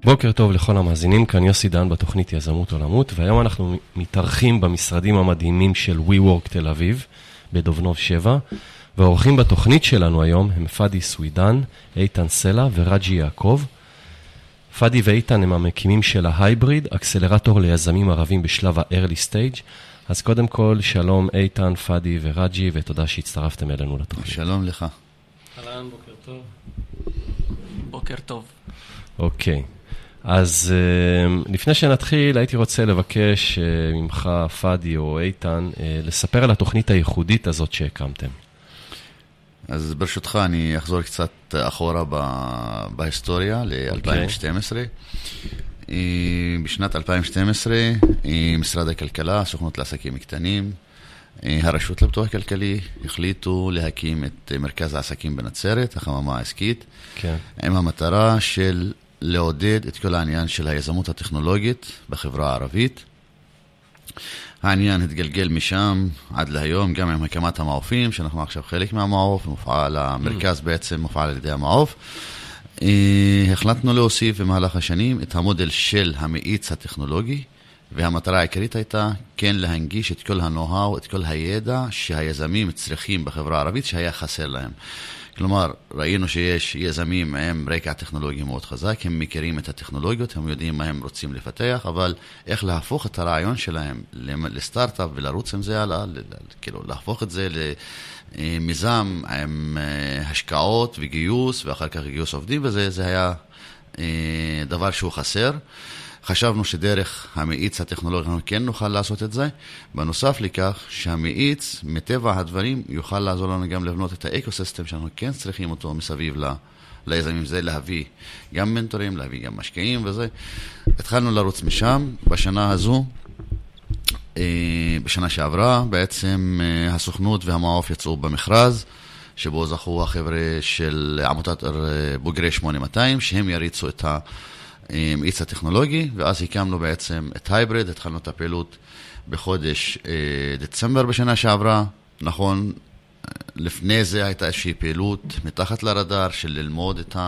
בוקר טוב לכל המאזינים, כאן יוסי דן בתוכנית יזמות עולמות, והיום אנחנו מתארחים במשרדים המדהימים של WeWork תל אביב, בדובנוב 7, והאורחים בתוכנית שלנו היום הם פאדי סווידן, איתן סלע ורג'י יעקב. פאדי ואיתן הם המקימים של ההייבריד, אקסלרטור ליזמים ערבים בשלב ה-early stage. אז קודם כל, שלום איתן, פאדי ורג'י, ותודה שהצטרפתם אלינו לתוכנית. שלום לך. אהלן, בוקר טוב. בוקר טוב. אוקיי. אז לפני שנתחיל, הייתי רוצה לבקש ממך, פאדי או איתן, לספר על התוכנית הייחודית הזאת שהקמתם. אז ברשותך אני אחזור קצת אחורה בהיסטוריה, ל-2012. בשנת 2012, משרד הכלכלה, הסוכנות לעסקים קטנים, הרשות לפיתוח כלכלי, החליטו להקים את מרכז העסקים בנצרת, החממה העסקית, כן. עם המטרה של לעודד את כל העניין של היזמות הטכנולוגית בחברה הערבית. העניין התגלגל משם עד להיום, גם עם הקמת המעופים, שאנחנו עכשיו חלק מהמעוף, המרכז בעצם מופעל על ידי המעוף. החלטנו להוסיף במהלך השנים את המודל של המאיץ הטכנולוגי, והמטרה העיקרית הייתה כן להנגיש את כל הנוהאו, את כל הידע שהיזמים צריכים בחברה הערבית שהיה חסר להם. כלומר, ראינו שיש יזמים עם רקע טכנולוגי מאוד חזק, הם מכירים את הטכנולוגיות, הם יודעים מה הם רוצים לפתח, אבל איך להפוך את הרעיון שלהם לסטארט-אפ ולרוץ עם זה הלאה, כאילו להפוך את זה למיזם עם השקעות וגיוס, ואחר כך גיוס עובדים, וזה היה דבר שהוא חסר. חשבנו שדרך המאיץ הטכנולוגי אנחנו כן נוכל לעשות את זה. בנוסף לכך שהמאיץ מטבע הדברים יוכל לעזור לנו גם לבנות את האקוסיסטם שאנחנו כן צריכים אותו מסביב ליזמים, זה להביא גם מנטורים, להביא גם משקיעים וזה. התחלנו לרוץ משם. בשנה הזו, בשנה שעברה, בעצם הסוכנות והמעוף יצאו במכרז, שבו זכו החבר'ה של עמותת בוגרי 8200, שהם יריצו את המאיץ הטכנולוגי, ואז הקמנו בעצם את הייבריד, התחלנו את הפעילות בחודש דצמבר בשנה שעברה. נכון, לפני זה הייתה איזושהי פעילות מתחת לרדאר של ללמוד את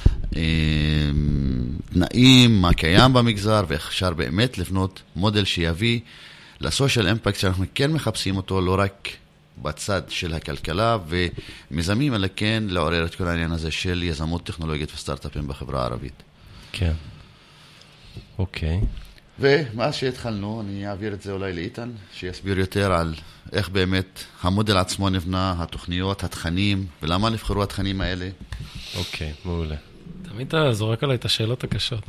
התנאים, מה קיים במגזר, ואיך אפשר באמת לבנות מודל שיביא לסושיאל אימפקט שאנחנו כן מחפשים אותו, לא רק בצד של הכלכלה ומיזמים, אלא כן לעורר את כל העניין הזה של יזמות טכנולוגית וסטארט-אפים בחברה הערבית. כן. אוקיי. ומאז שהתחלנו, אני אעביר את זה אולי לאיתן, שיסביר יותר על איך באמת המודל עצמו נבנה, התוכניות, התכנים, ולמה נבחרו התכנים האלה. אוקיי, מעולה. תמיד אתה זורק עליי את השאלות הקשות.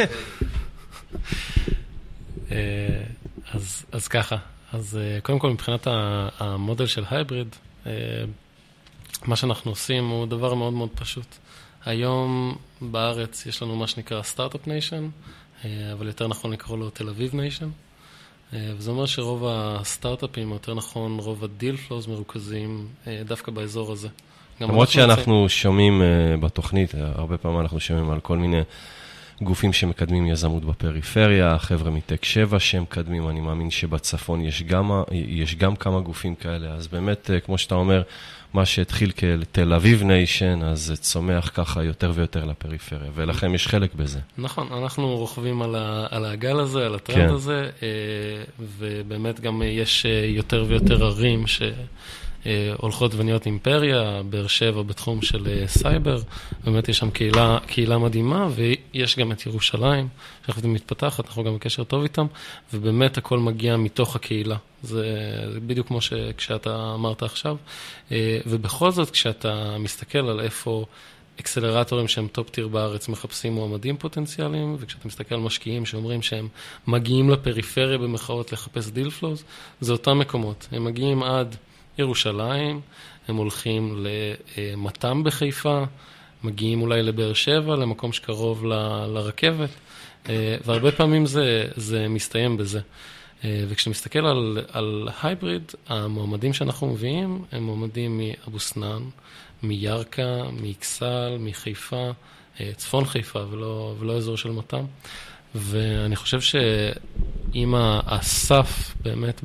אז ככה, אז קודם כל מבחינת המודל של הייבריד, מה שאנחנו עושים הוא דבר מאוד מאוד פשוט. היום בארץ יש לנו מה שנקרא סטארט-אפ ניישן, אבל יותר נכון לקרוא לו תל אביב ניישן, וזה אומר שרוב הסטארט-אפים, יותר נכון רוב הדיל פלוז מרוכזים דווקא באזור הזה. למרות שאנחנו שומעים בתוכנית, הרבה פעמים אנחנו שומעים על כל מיני גופים שמקדמים יזמות בפריפריה, חבר'ה מטק 7 שהם מקדמים, אני מאמין שבצפון יש גם כמה גופים כאלה, אז באמת, כמו שאתה אומר, מה שהתחיל כתל אביב ניישן, אז זה צומח ככה יותר ויותר לפריפריה, ולכם יש חלק בזה. נכון, אנחנו רוכבים על הגל הזה, על הטרנד הזה, ובאמת גם יש יותר ויותר ערים הולכות ונהיות אימפריה, באר שבע בתחום של סייבר, באמת יש שם קהילה מדהימה, ויש גם את ירושלים, שאנחנו מתפתחת, אנחנו גם בקשר טוב איתם, ובאמת הכל מגיע מתוך הקהילה. זה בדיוק כמו כשאתה אמרת עכשיו, ובכל זאת כשאתה מסתכל על איפה אקסלרטורים שהם טופ טיר בארץ מחפשים מועמדים פוטנציאליים, וכשאתה מסתכל על משקיעים שאומרים שהם מגיעים לפריפריה במחאות לחפש דיל פלוז, זה אותם מקומות. הם מגיעים עד ירושלים, הם הולכים למתם בחיפה, מגיעים אולי לבאר שבע, למקום שקרוב לרכבת, והרבה פעמים זה מסתיים בזה. וכשאתה מסתכל על הייבריד, המועמדים שאנחנו מביאים הם מועמדים מאבו סנאן, מירקה, מאכסל, מחיפה, צפון חיפה ולא אזור של מתם. ואני חושב שאם הסף באמת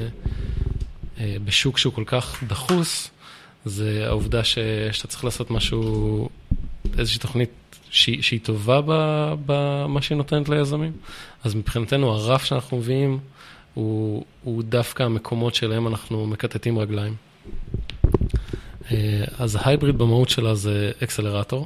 בשוק שהוא כל כך דחוס, זה העובדה שאתה צריך לעשות משהו, איזושהי תוכנית שהיא טובה במה שהיא נותנת ליזמים. אז מבחינתנו הרף שאנחנו מביאים הוא דווקא המקומות שלהם אנחנו מקטטים רגליים. אז ההייבריד במהות שלה זה אקסלרטור,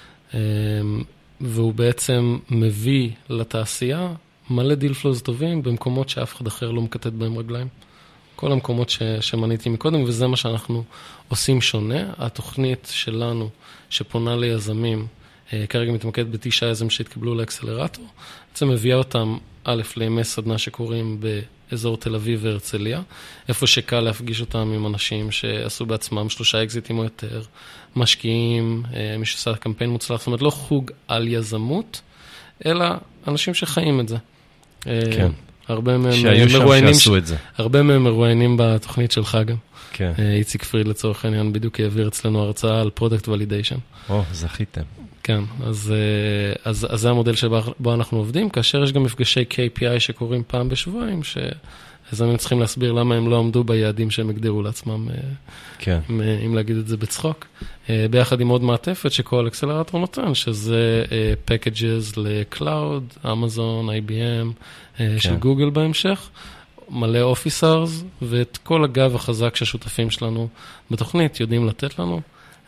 והוא בעצם מביא לתעשייה מלא דיל פלוז טובים במקומות שאף אחד אחר לא מקטט בהם רגליים. כל המקומות שמניתי מקודם, וזה מה שאנחנו עושים שונה. התוכנית שלנו שפונה ליזמים, כרגע מתמקד ב9 יזמים שהתקבלו לאקסלרטור, בעצם מביאה אותם א' לימי סדנה שקוראים באזור תל אביב והרצליה, איפה שקל להפגיש אותם עם אנשים שעשו בעצמם 3 אקזיטים או יותר, משקיעים, מי שעשה קמפיין מוצלח, זאת אומרת לא חוג על יזמות, אלא אנשים שחיים את זה. כן. הרבה מהם שהיו שם שעשו את זה. הרבה מהם מרואיינים בתוכנית שלך גם. כן. איציק פריד לצורך העניין בדיוק העביר אצלנו הרצאה על פרודקט ולידיישן. זכיתם. כן, אז זה המודל שבו אנחנו עובדים, כאשר יש גם מפגשי KPI שקורים פעם בשבועיים, שיזמים צריכים להסביר למה הם לא עמדו ביעדים שהם הגדירו לעצמם, כן. אם להגיד את זה בצחוק, ביחד עם עוד מעטפת שכל אקסלרטור נותן, שזה packages לקלאוד, אמזון, IBM, של גוגל בהמשך, מלא אופיסרס, ואת כל הגב החזק שהשותפים שלנו בתוכנית יודעים לתת לנו.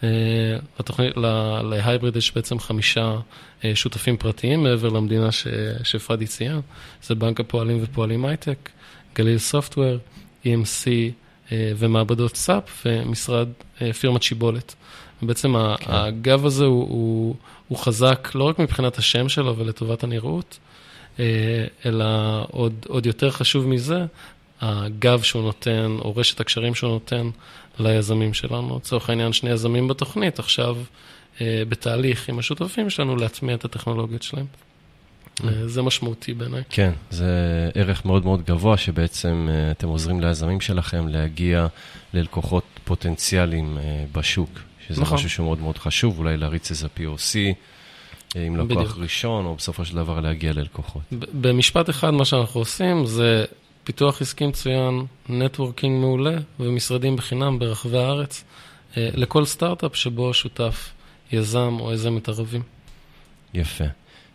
להייבריד יש בעצם 5 שותפים פרטיים מעבר למדינה שפרדי ציין, זה בנק הפועלים ופועלים הייטק, גליל סופטוור, EMC ומעבדות סאפ ומשרד פירמת שיבולת. ובעצם הגב הזה הוא חזק לא רק מבחינת השם שלו ולטובת הנראות, אלא עוד יותר חשוב מזה, הגב שהוא נותן, או רשת הקשרים שהוא נותן ליזמים שלנו. צורך העניין 2 יזמים בתוכנית, עכשיו בתהליך עם השותפים שלנו להטמיע את הטכנולוגיות שלהם. זה משמעותי בעיניי. כן, זה ערך מאוד מאוד גבוה, שבעצם אתם עוזרים ליזמים שלכם להגיע ללקוחות פוטנציאליים בשוק, שזה משהו שהוא מאוד מאוד חשוב, אולי להריץ איזה POC, עם לקוח ראשון, או בסופו של דבר להגיע ללקוחות. במשפט אחד, מה שאנחנו עושים זה פיתוח עסקי מצוין, נטוורקינג מעולה, ומשרדים בחינם ברחבי הארץ, לכל סטארט-אפ שבו שותף יזם או יזם מתערבים. יפה.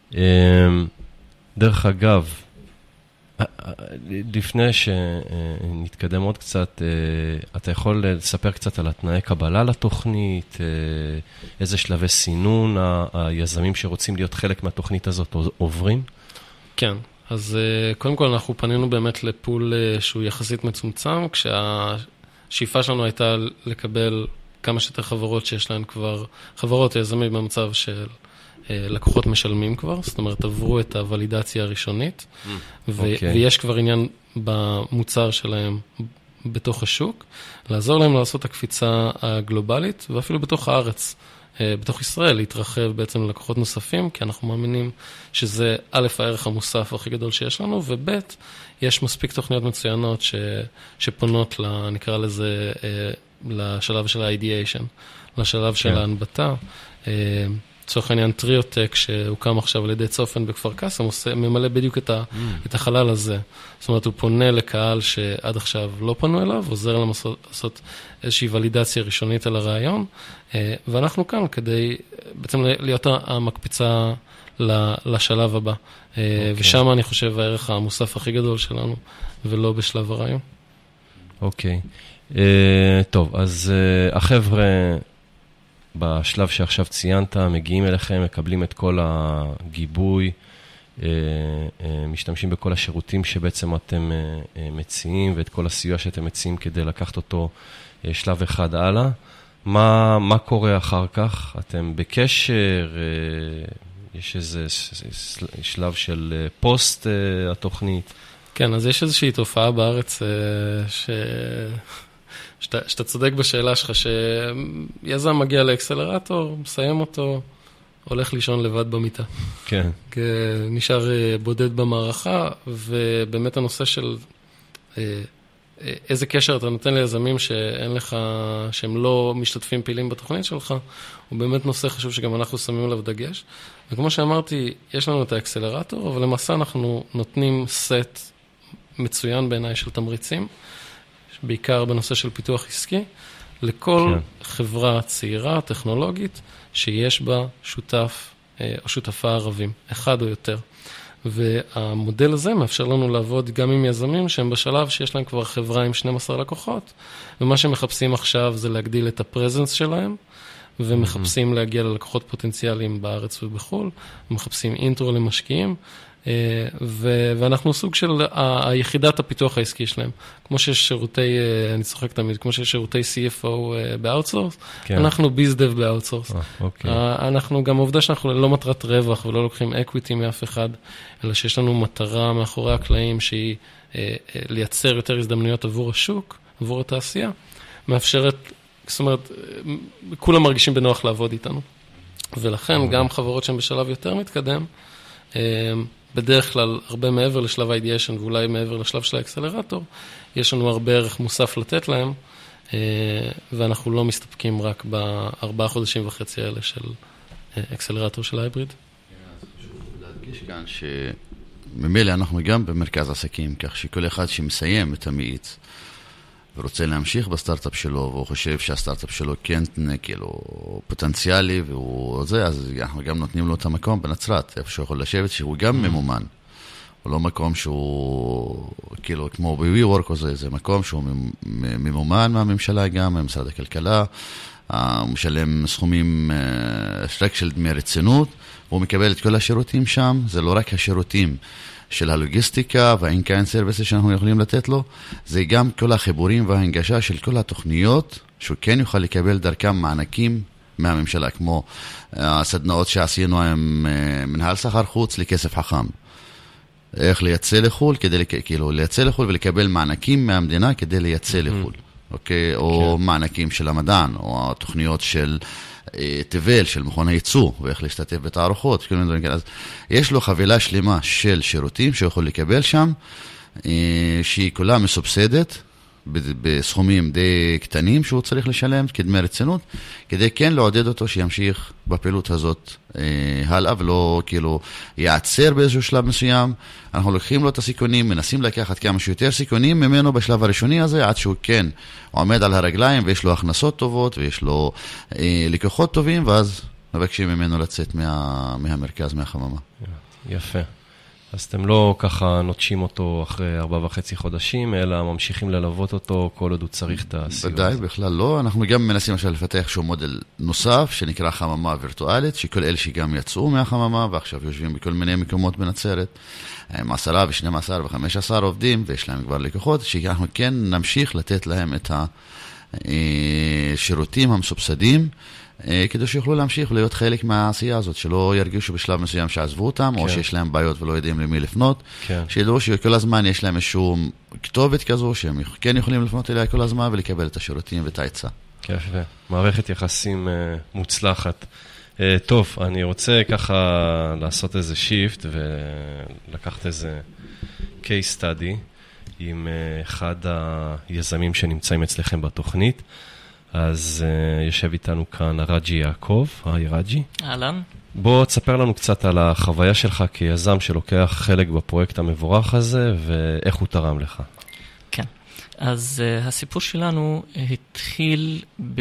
דרך אגב, לפני שנתקדם עוד קצת, אתה יכול לספר קצת על התנאי קבלה לתוכנית, איזה שלבי סינון היזמים שרוצים להיות חלק מהתוכנית הזאת עוברים? כן, אז קודם כל אנחנו פנינו באמת לפול שהוא יחסית מצומצם, כשהשאיפה שלנו הייתה לקבל כמה שיותר חברות שיש להן כבר, חברות יזמים במצב של לקוחות משלמים כבר, זאת אומרת, עברו את הוולידציה הראשונית, ויש כבר עניין במוצר שלהם בתוך השוק, לעזור להם לעשות הקפיצה הגלובלית, ואפילו בתוך הארץ, בתוך ישראל, להתרחב בעצם ללקוחות נוספים, כי אנחנו מאמינים שזה א', הערך המוסף הכי גדול שיש לנו, וב', יש מספיק תוכניות מצוינות שפונות, נקרא לזה, לשלב של ה-ideation, לשלב של ההנבטה, צורך העניין טריוטק שהוקם עכשיו על ידי צופן בכפר קאסם, ממלא בדיוק את החלל הזה. זאת אומרת, הוא פונה לקהל שעד עכשיו לא פנו אליו, עוזר להם לעשות איזושהי ולידציה ראשונית על הרעיון, ואנחנו כאן כדי בעצם להיות המקפיצה לשלב הבא. ושם אני חושב הערך המוסף הכי גדול שלנו, ולא בשלב הרעיון. אוקיי. טוב, אז החבר'ה בשלב שעכשיו ציינת, מגיעים אליכם, מקבלים את כל הגיבוי, משתמשים בכל השירותים שבעצם אתם מציעים, ואת כל הסיוע שאתם מציעים כדי לקחת אותו שלב אחד הלאה. מה קורה אחר כך? אתם בקשר, יש איזה שלב של פוסט התוכנית? כן, אז יש איזושהי תופעה בארץ שאתה צודק בשאלה שלך, שיזם מגיע לאקסלרטור, מסיים אותו, הולך לישון לבד במיטה. כן. נשאר בודד במערכה, ובאמת הנושא של איזה קשר אתה נותן ליזמים שאין לך, שהם לא משתתפים פעילים בתוכנית שלך, הוא באמת נושא חשוב שגם אנחנו שמים עליו דגש. וכמו שאמרתי, יש לנו את האקסלרטור, אבל למעשה אנחנו נותנים סט מצוין בעיניי של תמריצים, בעיקר בנושא של פיתוח עסקי, לכל חברה צעירה, טכנולוגית, שיש בה שותף או שותפה ערבים, אחד או יותר. והמודל הזה מאפשר לנו לעבוד גם עם יזמים שהם בשלב שיש להם כבר חברה עם 12 לקוחות, ומה שמחפשים עכשיו זה להגדיל את הפרזנס שלהם, ומחפשים להגיע ללקוחות פוטנציאליים בארץ ובחול, מחפשים אינטרו למשקיעים, ואנחנו סוג של היחידת הפיתוח העסקי שלהם. כמו שיש שירותי, אני צוחק תמיד, כמו שיש שירותי CFO באוטסורס, אנחנו ביזדב באוטסורס. אנחנו גם עובדה שאנחנו לא מטרת רווח ולא לוקחים אקוויטי מאף אחד, אלא שיש לנו מטרה מאחורי הקלעים שהיא לייצר יותר הזדמנויות עבור השוק, עבור התעשייה, מאפשרת, זאת אומרת, כולם מרגישים בנוח לעבוד איתנו. ולכן גם חברות שהן בשלב יותר מתקדם, בדרך כלל הרבה מעבר לשלב ה-ideation ואולי מעבר לשלב של האקסלרטור, יש לנו הרבה ערך מוסף לתת להם, ואנחנו לא מסתפקים רק ב4 חודשים וחצי האלה של אקסלרטור של ההיבריד. להדגיש כאן שממילא אנחנו גם במרכז עסקים, כך שכל אחד שמסיים את המאיץ, ורוצה להמשיך בסטארט-אפ שלו, והוא חושב שהסטארט-אפ שלו כן כאילו פוטנציאלי, והוא זה, אז אנחנו גם נותנים לו את המקום בנצרת, איפה שהוא יכול לשבת, שהוא גם ממומן. הוא לא מקום שהוא, כאילו, כמו ב-WeWork או זה מקום שהוא ממומן מהממשלה גם, ממשרד הכלכלה, הוא משלם סכומים שרק של דמי רצינות, והוא מקבל את כל השירותים שם, זה לא רק השירותים, של הלוגיסטיקה והאינקיין סרוויסס שאנחנו יכולים לתת לו, זה גם כל החיבורים וההנגשה של כל התוכניות, שהוא כן יוכל לקבל דרכם מענקים מהממשלה, כמו הסדנאות שעשינו עם מנהל סחר חוץ לכסף חכם. איך לייצא לחול, כאילו לייצא לחול ולקבל מענקים מהמדינה כדי לייצא לחול. אוקיי? או מענקים של המדען, או התוכניות של תבל, של מכון הייצוא, ואיך להשתתף בתערוכות, כל מיני דברים כאלה. אז יש לו חבילה שלמה של שירותים שיכול לקבל שם, שהיא כולה מסובסדת, בסכומים די קטנים שהוא צריך לשלם כדמי רצינות, כדי כן לעודד אותו שימשיך בפעילות הזאת הלאה, ולא כאילו יעצר באיזשהו שלב מסוים. אנחנו לוקחים לו את הסיכונים, מנסים לקחת כמה שיותר סיכונים ממנו בשלב הראשוני הזה, עד שהוא כן עומד על הרגליים, ויש לו הכנסות טובות, ויש לו לקוחות טובים, ואז מבקשים ממנו לצאת מהמרכז, מהחממה. יפה. אז אתם לא ככה נוטשים אותו אחרי 4.5 חודשים, אלא ממשיכים ללוות אותו כל עוד הוא צריך את הסיוע. ודאי, בכלל לא. אנחנו גם מנסים עכשיו לפתח שהוא מודל נוסף, שנקרא חממה וירטואלית, שכל אלה שגם יצאו מהחממה, ועכשיו יושבים בכל מיני מקומות בנצרת, עם 10 ו12 ו15 עובדים, ויש להם כבר לקוחות, שאנחנו כן נמשיך לתת להם את השירותים המסובסדים, כדי שיוכלו להמשיך ולהיות חלק מהעשייה הזאת, שלא ירגישו בשלב מסוים שעזבו אותם, או שיש להם בעיות ולא יודעים למי לפנות, שידעו שכל הזמן יש להם איזשהו כתובת כזו, שהם כן יכולים לפנות אליה כל הזמן ולקבל את השירותים ואת העצה. יפה, מערכת יחסים מוצלחת. טוב, אני רוצה ככה לעשות איזה שיפט, ולקחת איזה case study עם אחד היזמים שנמצאים אצלכם בתוכנית. אז יושב איתנו כאן רג'י יעקב. היי רג'י. אהלן. בוא תספר לנו קצת על החוויה שלך כיזם שלוקח חלק בפרויקט המבורך הזה, ואיך הוא תרם לך. כן. אז הסיפור שלנו התחיל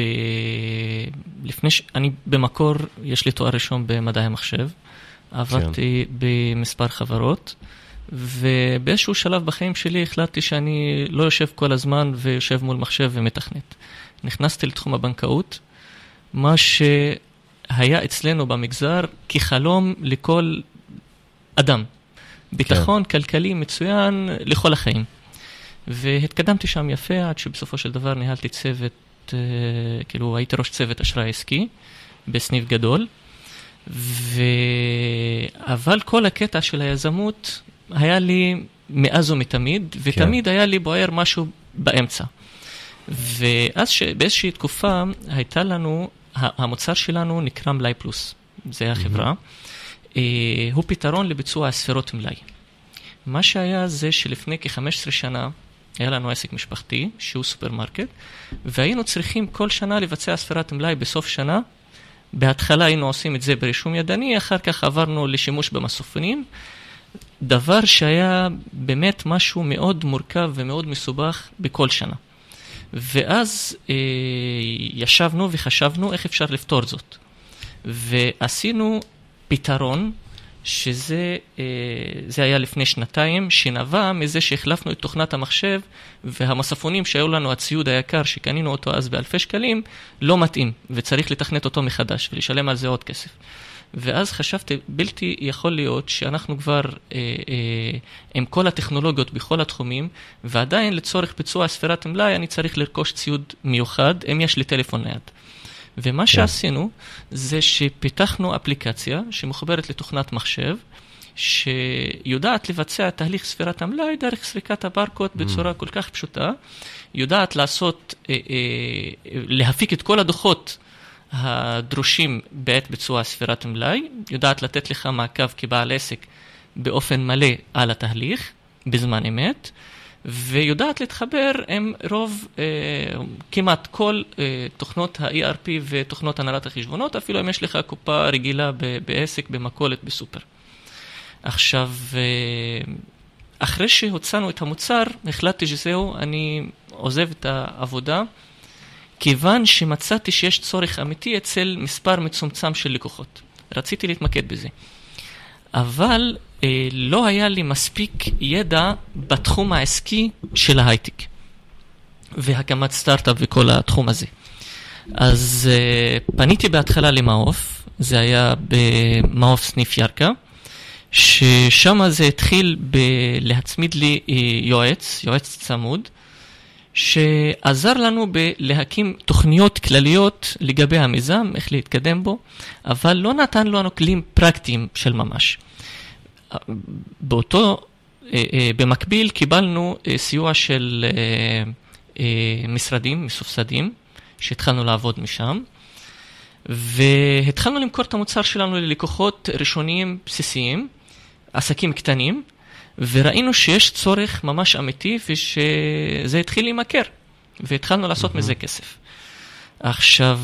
אני במקור, יש לי תואר ראשון במדעי המחשב, עבדתי במספר חברות, ובאיזשהו שלב בחיים שלי החלטתי שאני לא יושב כל הזמן ויושב מול מחשב ומתכנת. נכנסתי לתחום הבנקאות, מה שהיה אצלנו במגזר כחלום לכל אדם. ביטחון כלכלי מצוין לכל החיים. והתקדמתי שם יפה, עד שבסופו של דבר ניהלתי צוות, כאילו הייתי ראש צוות אשראי עסקי, בסניף גדול, אבל כל הקטע של היזמות היה לי מאז ומתמיד, ותמיד היה לי בוער משהו באמצע. ואז באיזושהי תקופה הייתה לנו, המוצר שלנו נקרא מלאי פלוס, זה החברה, הוא פתרון לביצוע הספירות מלאי. מה שהיה זה שלפני כ-15 שנה, היה לנו עסק משפחתי, שהוא סופרמרקט, והיינו צריכים כל שנה לבצע ספירת מלאי בסוף שנה. בהתחלה היינו עושים את זה ברישום ידני, אחר כך עברנו לשימוש במסופונים, דבר שהיה באמת משהו מאוד מורכב ומאוד מסובך בכל שנה. ואז ישבנו וחשבנו איך אפשר לפתור זאת. ועשינו פתרון, שזה היה לפני שנתיים, שנבע מזה שהחלפנו את תוכנת המחשב, והמספונים שהיו לנו, הציוד היקר שקנינו אותו אז באלפי שקלים, לא מתאים, וצריך לתכנת אותו מחדש, ולשלם על זה עוד כסף. ואז חשבתי, בלתי יכול להיות שאנחנו כבר עם כל הטכנולוגיות בכל התחומים, ועדיין לצורך ביצוע ספירת מלאי, אני צריך לרכוש ציוד מיוחד, אם יש לי טלפון ליד. ומה שעשינו, זה שפיתחנו אפליקציה שמחוברת לתוכנת מחשב, שיודעת לבצע תהליך ספירת המלאי דרך סריקת הברקוד בצורה כל כך פשוטה, יודעת להפיק את כל הדוחות הדרושים בעת ביצוע ספירת מלאי, יודעת לתת לך מעקב כבעל עסק באופן מלא על התהליך, בזמן אמת, ויודעת להתחבר עם רוב, כמעט כל תוכנות ה-ERP ותוכנות הנהלת החשבונות, אפילו אם יש לך קופה רגילה בעסק, במכולת, בסופר. עכשיו, אחרי שהוצאנו את המוצר, החלטתי שזהו, אני עוזב את העבודה, כיוון שמצאתי שיש צורך אמיתי אצל מספר מצומצם של לקוחות. רציתי להתמקד בזה. אבל לא היה לי מספיק ידע בתחום העסקי של ההייטק. והקמת סטארט-אפ וכל התחום הזה. אז פניתי בהתחלה למעוף, זה היה במעוף סניף ירקה, ששם זה התחיל להצמיד לי יועץ צמוד, שעזר לנו להקים תוכניות כלליות לגבי המיזם, איך להתקדם בו, אבל לא נתן לנו כלים פרקטיים של ממש. במקביל קיבלנו סיוע של משרדים מסופסדים, שהתחלנו לעבוד משם, והתחלנו למכור את המוצר שלנו ללקוחות ראשוניים בסיסיים, עסקים קטנים, וראינו שיש צורך ממש אמיתי, ושזה התחיל להימכר, והתחלנו לעשות מזה כסף. עכשיו,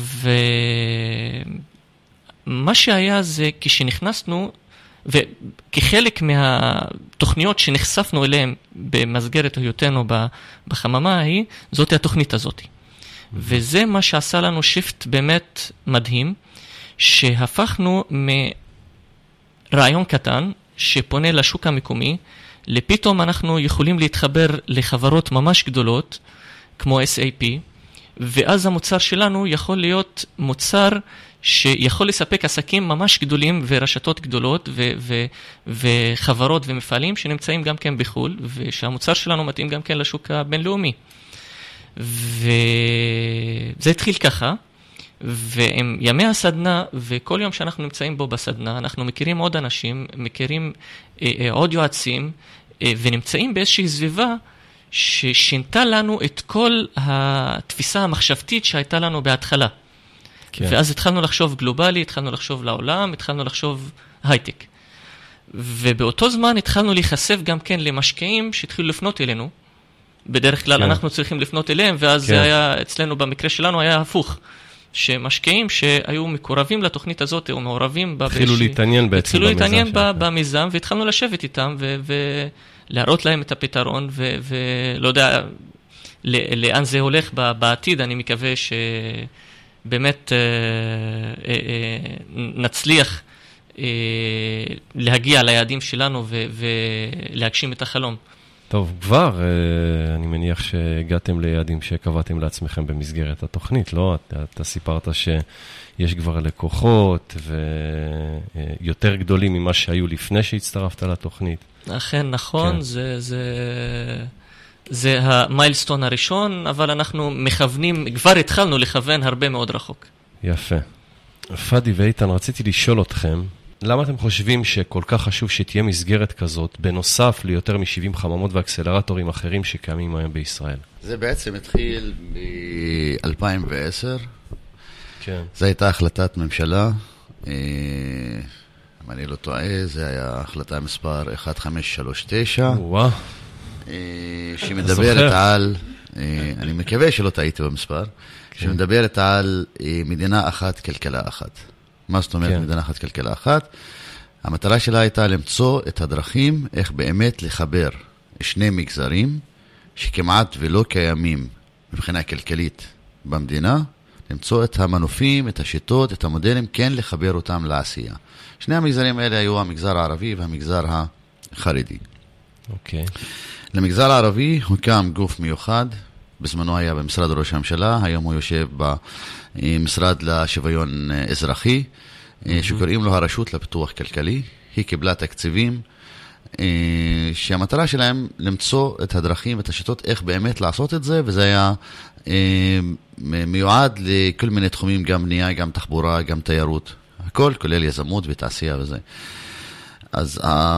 מה שהיה זה כשנכנסנו, וכחלק מהתוכניות שנחשפנו אליהן במסגרת היותנו בחממה ההיא, זאת התוכנית הזאת. וזה מה שעשה לנו שיפט באמת מדהים, שהפכנו מרעיון קטן, שפונה לשוק המקומי, לפתאום אנחנו יכולים להתחבר לחברות ממש גדולות, כמו SAP, ואז המוצר שלנו יכול להיות מוצר שיכול לספק עסקים ממש גדולים ורשתות גדולות וחברות ומפעלים שנמצאים גם כן בחול, ושהמוצר שלנו מתאים גם כן לשוק הבינלאומי. וזה התחיל ככה, ועם ימי הסדנה, וכל יום שאנחנו נמצאים בו בסדנה, אנחנו מכירים עוד אנשים, מכירים עוד יועצים, ונמצאים באיזושהי סביבה ששינתה לנו את כל התפיסה המחשבתית שהייתה לנו בהתחלה. כן. ואז התחלנו לחשוב גלובלי, התחלנו לחשוב לעולם, התחלנו לחשוב הייטק. ובאותו זמן התחלנו להיחשף גם כן למשקיעים שהתחילו לפנות אלינו. בדרך כלל כן. אנחנו צריכים לפנות אליהם, ואז כן. זה היה, אצלנו במקרה שלנו היה הפוך. שמשקיעים שהיו מקורבים לתוכנית הזאת, או מעורבים בה, התחילו להתעניין בעצם התחילו להתעניין במיזם, והתחלנו לשבת איתם, ולהראות להם את הפתרון, ולא יודע לאן זה הולך בעתיד. אני מקווה שבאמת נצליח להגיע ליעדים שלנו, ולהגשים את החלום. טוב, כבר אני מניח שהגעתם ליעדים שקבעתם לעצמכם במסגרת התוכנית, לא? אתה סיפרת שיש כבר לקוחות ויותר גדולים ממה שהיו לפני שהצטרפת לתוכנית. אכן, נכון, כן. זה המיילסטון הראשון, אבל אנחנו מכוונים, כבר התחלנו לכוון הרבה מאוד רחוק. יפה. פאדי ואיתן, רציתי לשאול אתכם, למה אתם חושבים שכל כך חשוב שתהיה מסגרת כזאת, בנוסף ליותר מ-70 חממות ואקסלרטורים אחרים שקיימים היום בישראל? זה בעצם התחיל ב-2010. כן. זו הייתה החלטת ממשלה. אם אני לא טועה, זה היה החלטה מספר 1539. וואו. שמדברת על, אני מקווה שלא טעיתי במספר, שמדברת על מדינה אחת, כלכלה אחת. מה זאת אומרת מדינה אחת, כלכלה אחת? המטרה שלה הייתה למצוא את הדרכים איך באמת לחבר שני מגזרים שכמעט ולא קיימים מבחינה כלכלית במדינה, למצוא את המנופים, את השיטות, את המודלים, כן לחבר אותם לעשייה. שני המגזרים האלה היו המגזר הערבי והמגזר החרדי. אוקיי. למגזר הערבי הוקם גוף מיוחד, בזמנו היה במשרד ראש הממשלה, היום הוא יושב במשרד לשוויון אזרחי, שקוראים לו הרשות לפיתוח כלכלי. היא קיבלה תקציבים, שהמטרה שלהם למצוא את הדרכים ואת השיטות איך באמת לעשות את זה, וזה היה מיועד לכל מיני תחומים, גם בנייה, גם תחבורה, גם תיירות, הכל כולל יזמות ותעשייה וזה. אז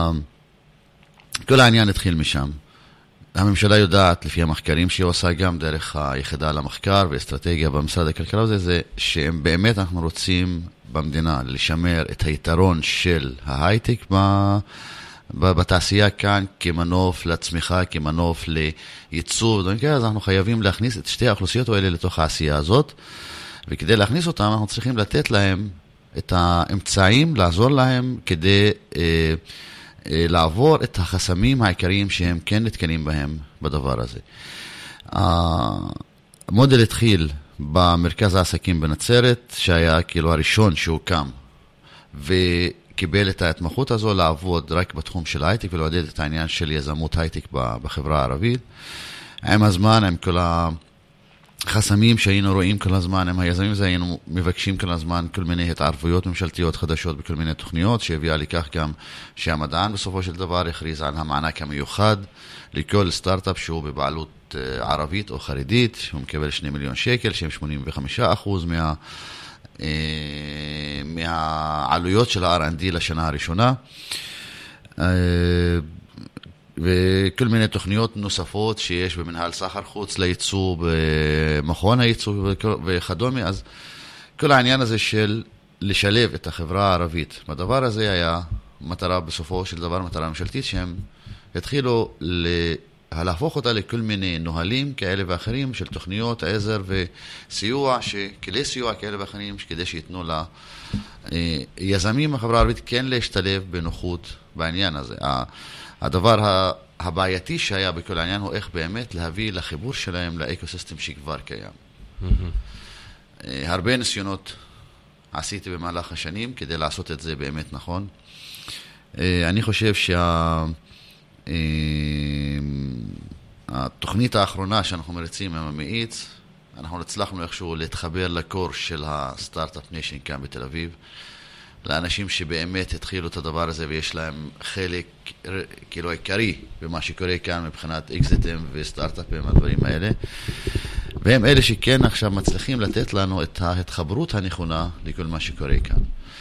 כל העניין התחיל משם. הממשלה יודעת, לפי המחקרים שהיא עושה גם דרך היחידה למחקר ואסטרטגיה במשרד הכלכלה, זה שהם באמת אנחנו רוצים במדינה לשמר את היתרון של ההייטק בתעשייה כאן כמנוף לצמיחה, כמנוף לייצור, אז אנחנו חייבים להכניס את שתי האוכלוסיות האלה לתוך העשייה הזאת, וכדי להכניס אותם אנחנו צריכים לתת להם את האמצעים, לעזור להם כדי לעבור את החסמים העיקריים שהם כן נתקנים בהם בדבר הזה. המודל התחיל במרכז העסקים בנצרת, שהיה כאילו הראשון שהוקם, וקיבל את ההתמחות הזו לעבוד רק בתחום של הייטק, ולעודד את העניין של יזמות הייטק בחברה הערבית. עם הזמן, עם כל החסמים שהיינו רואים כל הזמן, עם היזמים הזה היינו מבקשים כל הזמן כל מיני התערבויות ממשלתיות חדשות בכל מיני תוכניות, שהביאה לכך גם שהמדען בסופו של דבר הכריז על המענק המיוחד לכל סטארט-אפ שהוא בבעלות ערבית או חרדית, שהוא מקבל 2 מיליון שקל, שהם 85% מהעלויות של ה-R&D לשנה הראשונה, וכל מיני תוכניות נוספות שיש במנהל סחר חוץ לייצוא, במכון הייצוא וכדומה. אז כל העניין הזה של לשלב את החברה הערבית בדבר הזה היה מטרה בסופו של דבר, מטרה ממשלתית, שהם התחילו להפוך אותה לכל מיני נוהלים כאלה ואחרים של תוכניות עזר וסיוע, כלי סיוע כאלה ואחרים, כדי שיתנו ליזמים החברה הערבית כן להשתלב בנוחות בעניין הזה. הדבר הבעייתי שהיה בכל העניין הוא איך באמת להביא לחיבור שלהם לאקוסיסטם שכבר קיים. הרבה ניסיונות עשיתי במהלך השנים כדי לעשות את זה באמת נכון. אני חושב התוכנית האחרונה שאנחנו מריצים עם המאיץ, אנחנו הצלחנו איכשהו להתחבר לקור של הסטארט-אפ ניישן כאן בתל אביב, לאנשים שבאמת התחילו את הדבר הזה ויש להם חלק כאילו עיקרי במה שקורה כאן מבחינת אקזיטים וסטארט-אפים והדברים האלה, והם אלה שכן עכשיו מצליחים לתת לנו את ההתחברות הנכונה לכל מה שקורה כאן.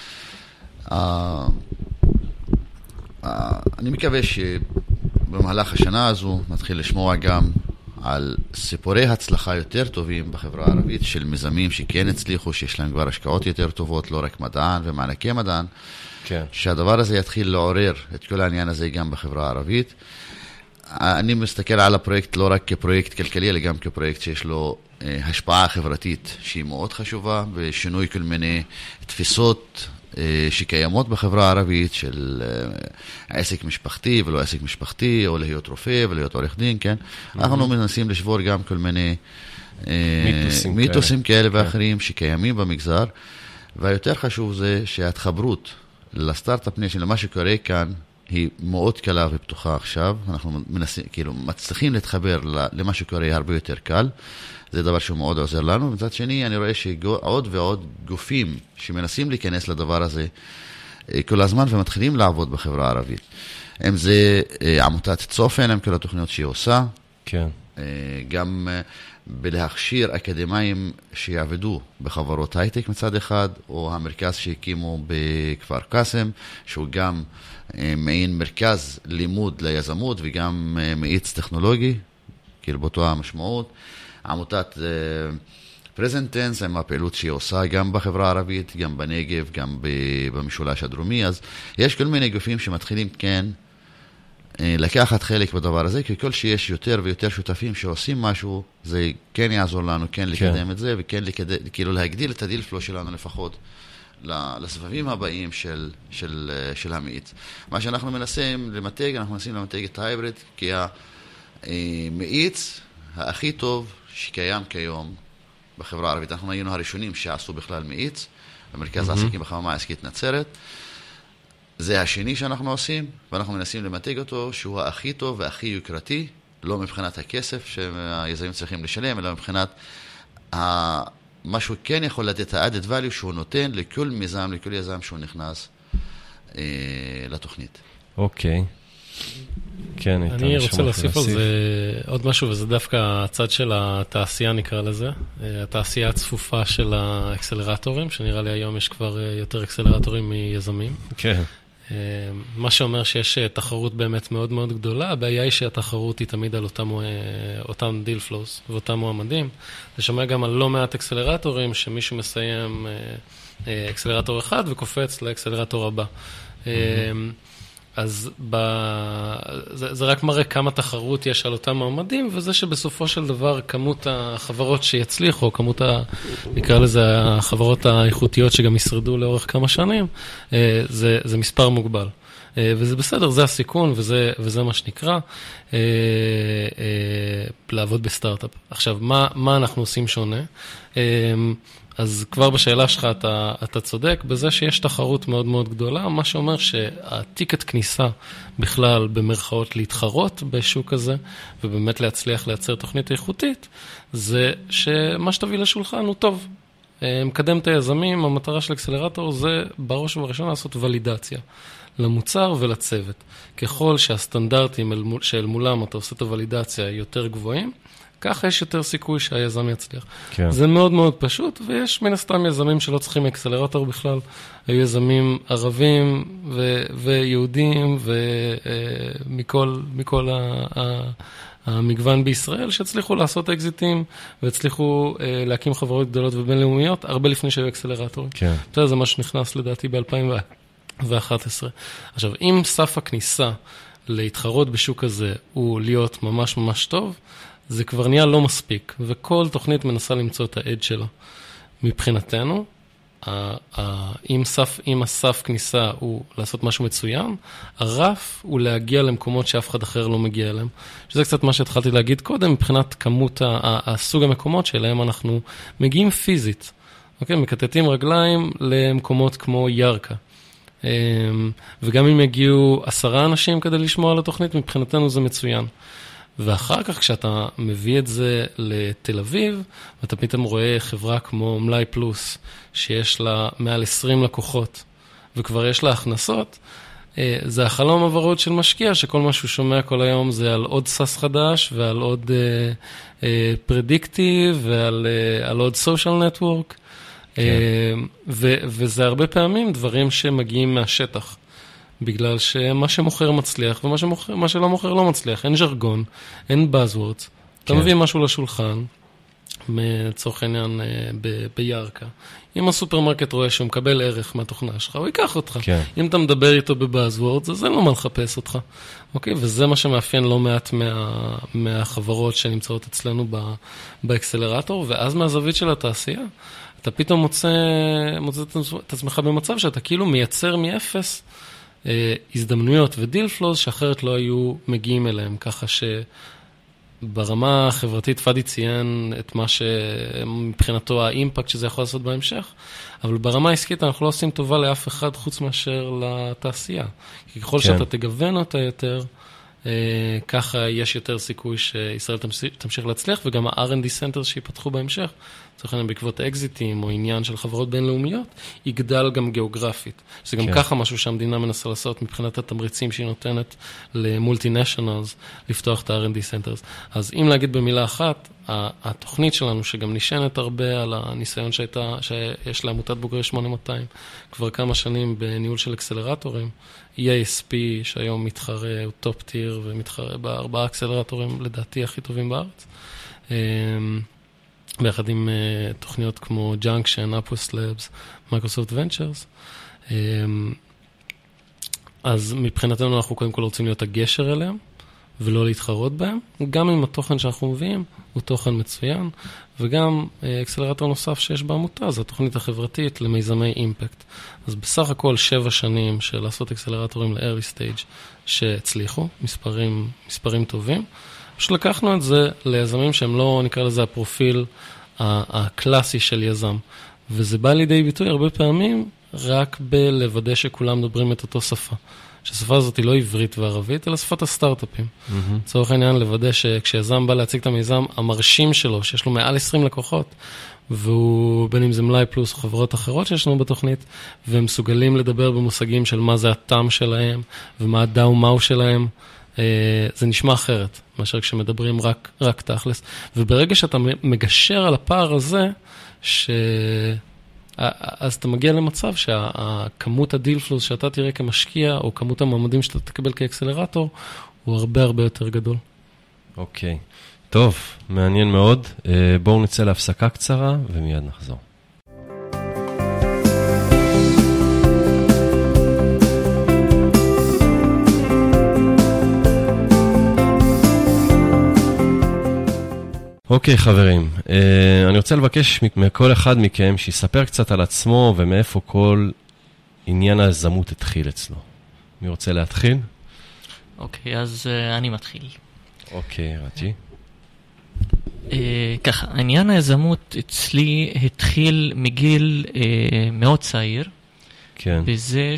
אני מקווה שבמהלך השנה הזו נתחיל לשמוע גם על סיפורי הצלחה יותר טובים בחברה הערבית של מיזמים שכן הצליחו, שיש להם כבר השקעות יותר טובות, לא רק מדען ומענקי מדען, כן. שהדבר הזה יתחיל לעורר את כל העניין הזה גם בחברה הערבית. אני מסתכל על הפרויקט לא רק כפרויקט כלכלי, אלא גם כפרויקט שיש לו השפעה חברתית שהיא מאוד חשובה, ושינוי כל מיני תפיסות שקיימות בחברה הערבית של עסק משפחתי ולא עסק משפחתי, או להיות רופא ולהיות עורך דין, כן? אנחנו מנסים לשבור גם כל מיני מיתוסים כאלה ואחרים שקיימים במגזר, והיותר חשוב זה שההתחברות לסטארט-אפ ניישן, למה שקורה כאן, היא מאוד קלה ופתוחה עכשיו. אנחנו מנסים, כאילו, מצליחים להתחבר למה שקורה הרבה יותר קל. זה דבר שהוא מאוד עוזר לנו. מצד שני, אני רואה שעוד ועוד גופים שמנסים להיכנס לדבר הזה כל הזמן ומתחילים לעבוד בחברה הערבית. אם זה עמותת צופן, עם כל התוכניות שהיא עושה. כן. גם בלהכשיר אקדמיים שיעבדו בחברות הייטק מצד אחד, או המרכז שהקימו בכפר קאסם, שהוא גם מעין מרכז לימוד ליזמות וגם מאיץ טכנולוגי, כאילו באותו המשמעות. עמותת פרזנטנס, עם הפעילות שהיא עושה גם בחברה הערבית, גם בנגב, גם במשולש הדרומי. אז יש כל מיני גופים שמתחילים כן לקחת חלק בדבר הזה, כי כל שיש יותר ויותר שותפים שעושים משהו, זה כן יעזור לנו, כן לקדם את זה, וכן כאילו להגדיל את הדיל פלו שלנו לפחות לסבבים הבאים של המאיץ. מה שאנחנו מנסים למתג, אנחנו מנסים למתג את ההיבריד, כי המאיץ הכי טוב שקיים כיום בחברה הערבית. אנחנו היינו הראשונים שעשו בכלל מאיץ, במרכז העסקים בחממה העסקית נצרת. זה השני שאנחנו עושים, ואנחנו מנסים למתג אותו, שהוא הכי טוב והכי יוקרתי, לא מבחינת הכסף שהיזמים צריכים לשלם, אלא מבחינת מה שהוא כן יכול לתת, ה-added value שהוא נותן לכל מיזם, לכל יזם שהוא נכנס לתוכנית. אוקיי. כן, אני רוצה להוסיף על זה עוד משהו, וזה דווקא הצד של התעשייה נקרא לזה, התעשייה הצפופה של האקסלרטורים, שנראה לי היום יש כבר יותר אקסלרטורים מיזמים. כן. מה שאומר שיש תחרות באמת מאוד מאוד גדולה, הבעיה היא שהתחרות היא תמיד על אותם דיל פלוס ואותם מועמדים. זה שומע גם על לא מעט אקסלרטורים, שמישהו מסיים אקסלרטור אחד וקופץ לאקסלרטור הבא. אז זה רק מראה כמה תחרות יש על אותם מועמדים, וזה שבסופו של דבר כמות החברות שיצליחו, כמות נקרא לזה החברות האיכותיות שגם ישרדו לאורך כמה שנים, זה מספר מוגבל. וזה בסדר, זה הסיכון, וזה מה שנקרא לעבוד בסטארט-אפ. עכשיו, מה אנחנו עושים שונה? אז כבר בשאלה שלך אתה צודק, בזה שיש תחרות מאוד מאוד גדולה, מה שאומר שהטיקט כניסה בכלל במרכאות להתחרות בשוק הזה, ובאמת להצליח לייצר תוכנית איכותית, זה שמה שתביא לשולחן הוא טוב. מקדם את היזמים, המטרה של אקסלרטור זה בראש ובראשונה לעשות ולידציה למוצר ולצוות. ככל שהסטנדרטים של מולם אתה עושה את הוולידציה יותר גבוהים, ככה יש יותר סיכוי שהיזם יצליח. כן. זה מאוד מאוד פשוט, ויש מן הסתם יזמים שלא צריכים אקסלרטור בכלל, היו יזמים ערבים ויהודים ומכל המגוון בישראל, שהצליחו לעשות אקזיטים, והצליחו להקים חברות גדולות ובינלאומיות, הרבה לפני שהיו אקסלרטורים. כן. זה מה שנכנס לדעתי ב-2011. עכשיו, אם סף הכניסה להתחרות בשוק הזה הוא להיות ממש ממש טוב, זה כבר נהיה לא מספיק, וכל תוכנית מנסה למצוא את העד שלה. מבחינתנו, אם הסף כניסה הוא לעשות משהו מצוין, הרף הוא להגיע למקומות שאף אחד אחר לא מגיע אליהם. שזה קצת מה שהתחלתי להגיד קודם, מבחינת כמות הסוג המקומות שאליהם אנחנו מגיעים פיזית. אוקיי? מקטטים רגליים למקומות כמו ירקה. וגם אם יגיעו 10 אנשים כדי לשמוע על התוכנית, מבחינתנו זה מצוין. ואחר כך כשאתה מביא את זה לתל אביב, ואתה פתאום רואה חברה כמו מלאי פלוס, שיש לה מעל 20 לקוחות, וכבר יש לה הכנסות, זה החלום הוורוד של משקיע, שכל מה שהוא שומע כל היום זה על עוד סאס חדש, ועל עוד פרדיקטיב, ועל עוד סושיאל נטוורק, וזה הרבה פעמים דברים שמגיעים מהשטח. בגלל שמה שמוכר מצליח, ומה שלא מוכר לא מצליח. אין ז'רגון, אין buzzwords. אתה מביא משהו לשולחן, מצורך העניין בירקה. אם הסופרמרקט רואה שהוא מקבל ערך מהתוכנה שלך, הוא ייקח אותך. אם אתה מדבר איתו בbuzzwords, אז אין לו מה לחפש אותך. אוקיי? וזה מה שמאפיין לא מעט מהחברות שנמצאות אצלנו באקסלרטור, ואז מהזווית של התעשייה, אתה פתאום מוצא את עצמך במצב שאתה כאילו מייצר מאפס, הזדמנויות ודיל פלוז שאחרת לא היו מגיעים אליהם, ככה שברמה החברתית פאדי ציין את מה שמבחינתו האימפקט שזה יכול לעשות בהמשך, אבל ברמה העסקית אנחנו לא עושים טובה לאף אחד חוץ מאשר לתעשייה, כי ככל שאתה תגוון אותה יותר, ככה יש יותר סיכוי שישראל תמשיך להצליח, וגם ה-R&D Centers שיפתחו בהמשך, צריך להם בעקבות אקזיטים או עניין של חברות בינלאומיות, יגדל גם גיאוגרפית. זה גם ככה משהו שהמדינה מנסה לעשות מבחינת התמריצים שהיא נותנת למולטי-נשיונלס, לפתוח את ה-R&D Centers. אז אם להגיד במילה אחת, התוכנית שלנו, שגם נשענת הרבה על הניסיון שיש לעמותת בוגרי 8200, כבר כמה שנים בניהול של אקסלרטורים, EASP, שהיום מתחרה, הוא טופ טיר, ומתחרה ב4 אקסלרטורים, לדעתי, הכי טובים בארץ. ביחד עם תוכניות כמו Junction, Upwest Labs, Microsoft Ventures. אז מבחינתנו אנחנו קודם כל רוצים להיות הגשר אליהם, ולא להתחרות בהם, גם אם התוכן שאנחנו מביאים הוא תוכן מצוין, וגם אקסלרטור נוסף שיש בעמותה, זה התוכנית החברתית למיזמי אימפקט. אז בסך הכל 7 שנים של לעשות אקסלרטורים ל-early stage שהצליחו, מספרים טובים. פשוט לקחנו את זה ליזמים שהם לא, נקרא לזה הפרופיל הקלאסי של יזם. וזה בא לידי ביטוי הרבה פעמים רק בלוודא שכולם מדברים את אותו שפה. שהשפה הזאת היא לא עברית וערבית, אלא שפת הסטארט-אפים. צורך העניין לוודא שכשיזם בא להציג את המיזם, המרשים שלו, שיש לו מעל 20 לקוחות, והוא בין אם זה מלאי פלוס או חברות אחרות שיש לנו בתוכנית, והם מסוגלים לדבר במושגים של מה זה הטעם שלהם, ומה הדאו מאו שלהם, זה נשמע אחרת, מאשר כשמדברים רק תכלס. וברגע שאתה מגשר על הפער הזה, אז אתה מגיע למצב שהכמות הדיל פלוס שאתה תראה כמשקיע, או כמות המעמדים שאתה תקבל כאקסלרטור, הוא הרבה הרבה יותר גדול. אוקיי. טוב, מעניין מאוד. בואו נצא להפסקה קצרה, ומיד נחזור. אוקיי, חברים, אני רוצה לבקש מכל אחד מכם שיספר קצת על עצמו ומאיפה כל עניין היזמות התחיל אצלו. מי רוצה להתחיל? אוקיי, אז אני מתחיל. אוקיי, רג'י. ככה, עניין היזמות אצלי התחיל מגיל מאוד צעיר. כן. בזה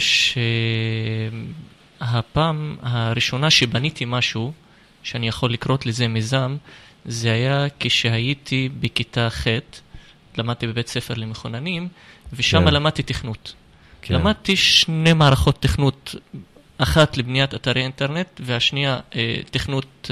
שהפעם הראשונה שבניתי משהו, שאני יכול לקרות לזה מיזם, זה היה כשהייתי בכיתה ח', למדתי בבית ספר למכוננים, ושם כן. למדתי תכנות. כן. למדתי 2 מערכות תכנות, אחת לבניית אתרי אינטרנט, והשנייה תכנות,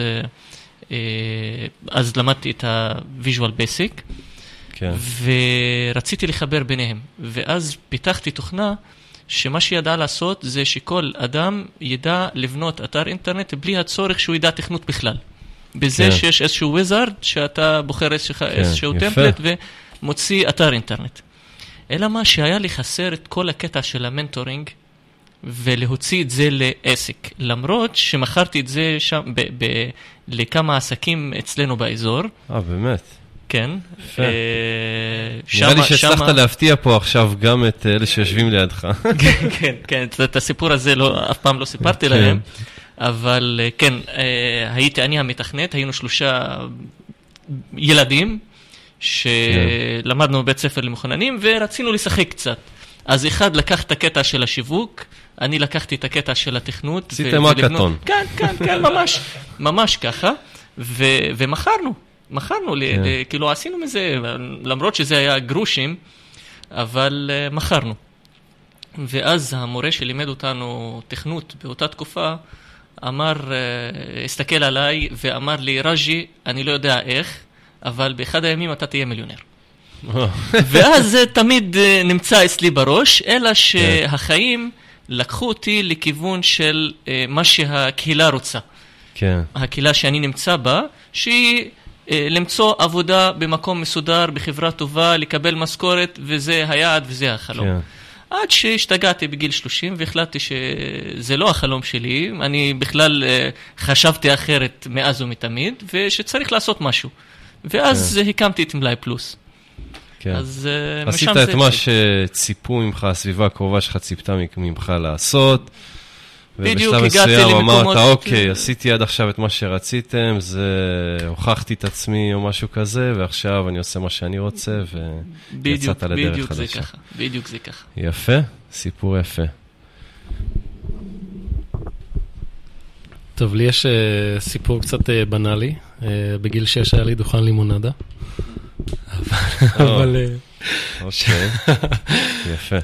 אז למדתי את ה-Visual Basic, כן. ורציתי לחבר ביניהם. ואז פיתחתי תוכנה, שמה שידע לעשות זה שכל אדם ידע לבנות אתר אינטרנט בלי הצורך שהוא ידע תכנות בכלל. בזה שיש איזשהו וויזארד, שאתה בוחר איזשהו טמפלט ומוציא אתר אינטרנט. אלא מה שהיה לי חסר את כל הקטע של המנטורינג, ולהוציא את זה לעסק. למרות שמכרתי את זה שם לכמה עסקים אצלנו באזור. באמת? כן. נראה לי שהצלחת להפתיע פה עכשיו גם את אלה שיושבים לידך. כן, כן. את הסיפור הזה אף פעם לא סיפרתי להם. אבל כן, הייתי אני המתכנת, היינו 3 ילדים שלמדנו בבית ספר למכוננים ורצינו לשחק קצת. אז אחד לקח את הקטע של השיווק, אני לקחתי את הקטע של התכנות. עשיתם הקטון. כן, כן, כן, ממש ככה. ומכרנו, כאילו עשינו מזה, למרות שזה היה גרושים, אבל מכרנו. ואז המורה שלימד אותנו תכנות באותה תקופה, הסתכל עליי ואמר לי, רג'י, אני לא יודע איך, אבל באחד הימים אתה תהיה מיליונר. ואז זה תמיד נמצא אצלי בראש, אלא שהחיים לקחו אותי לכיוון של מה שהקהילה רוצה. הקהילה שאני נמצא בה, שהיא למצוא עבודה במקום מסודר, בחברה טובה, לקבל משכורת, וזה היעד וזה החלום. עד שהשתגעתי בגיל 30 והחלטתי שזה לא החלום שלי, אני בכלל חשבתי אחרת מאז ומתמיד, ושצריך לעשות משהו. ואז הקמתי את מלאי פלוס. עשית את מה שציפו ממך, הסביבה הקרובה שלך ציפתה ממך לעשות, ובשלב מסוים אמרת, אוקיי, עשיתי עד עכשיו את מה שרציתם, הוכחתי את עצמי או משהו כזה, ועכשיו אני עושה מה שאני רוצה, ויצאת לדרך חדשה. בדיוק זה ככה. יפה, סיפור יפה. טוב, לי יש סיפור קצת בנאלי. בגיל 6 היה לי דוכן לימונדה. אבל... אוקיי, יפה.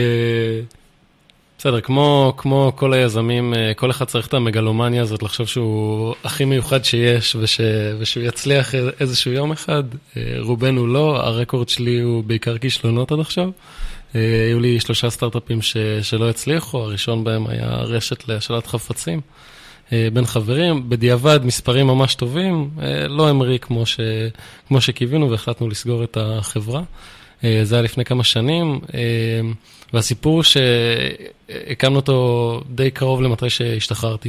בסדר, כמו כל היזמים, כל אחד צריך את המגלומניה הזאת, לחשוב שהוא הכי מיוחד שיש, ושהוא יצליח איזשהו יום אחד. רובנו לא, הרקורד שלי הוא בעיקר כישלונות עד עכשיו. היו לי 3 סטארט-אפים שלא הצליחו, הראשון בהם היה רשת להשאלת חפצים. בין חברים, בדיעבד מספרים ממש טובים, לא אמרי כמו שקיווינו, והחלטנו לסגור את החברה. זה היה לפני כמה שנים, והסיפור שהקמנו אותו די קרוב למתי שהשתחררתי.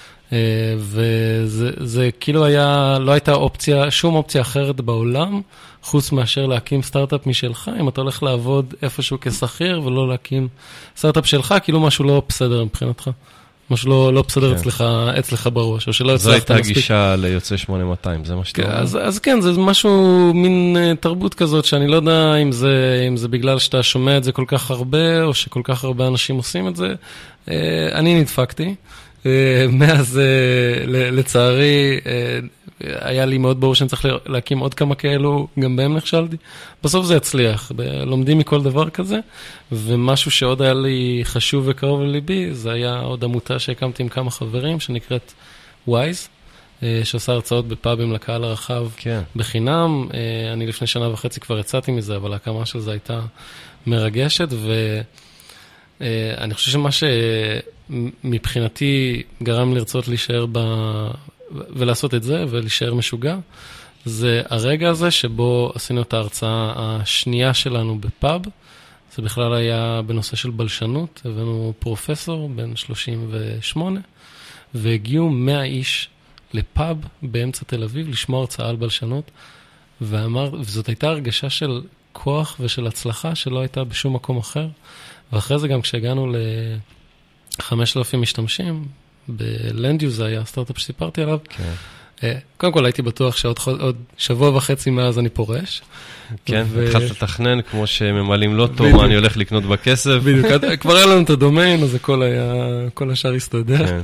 וזה כאילו לא הייתה שום אופציה אחרת בעולם, חוץ מאשר להקים סטארט-אפ משלך, אם אתה הולך לעבוד איפשהו כשכיר, ולא להקים סטארט-אפ שלך, כאילו משהו לא בסדר מבחינתך. משהו לא בסדר אצלך בראש, או שלא הצלחת מספיק. זו הייתה גישה ליוצא 8200, זה מה שאתה אומר? אז כן, זה משהו, מין תרבות כזאת, שאני לא יודע אם זה בגלל שאתה שומע את זה כל כך הרבה, או שכל כך הרבה אנשים עושים את זה. אני נדפקתי. מאז, לצערי, היה לי מאוד ברור שאני צריך להקים עוד כמה כאלו, גם בהם נכשלתי. בסוף זה יצליח, לומדים מכל דבר כזה, ומשהו שעוד היה לי חשוב וקרוב לליבי, זה היה עוד עמותה שהקמתי עם כמה חברים, שנקראת וויז, שעושה הרצאות בפאבים לקהל הרחב בחינם. אני לפני 1.5 שנה כבר יצאתי מזה, אבל ההקמה של זה הייתה מרגשת, ואני חושב שמה שמבחינתי גרם לרצות להישאר ולעשות את זה, ולהישאר משוגע, זה הרגע הזה שבו עשינו את ההרצאה השנייה שלנו בפאב. זה בכלל היה בנושא של בלשנות, הבאנו פרופסור בן 38, והגיעו 100 איש לפאב באמצע תל אביב, לשמוע הרצאה על בלשנות, וזאת הייתה הרגשה של כוח ושל הצלחה שלא הייתה בשום מקום אחר. ואחרי זה גם כשהגענו ל5,000 משתמשים, בלנדיו זה היה הסטארט-אפ שסיפרתי עליו. קודם כל הייתי בטוח שעוד 1.5 שבוע מאז אני פורש. כן, התחלת לתכנן כמו שממלאים לוטו, מה אני הולך לקנות בכסף. בדיוק, כבר היה לנו את הדומיין, אז כל השאר הסתדר.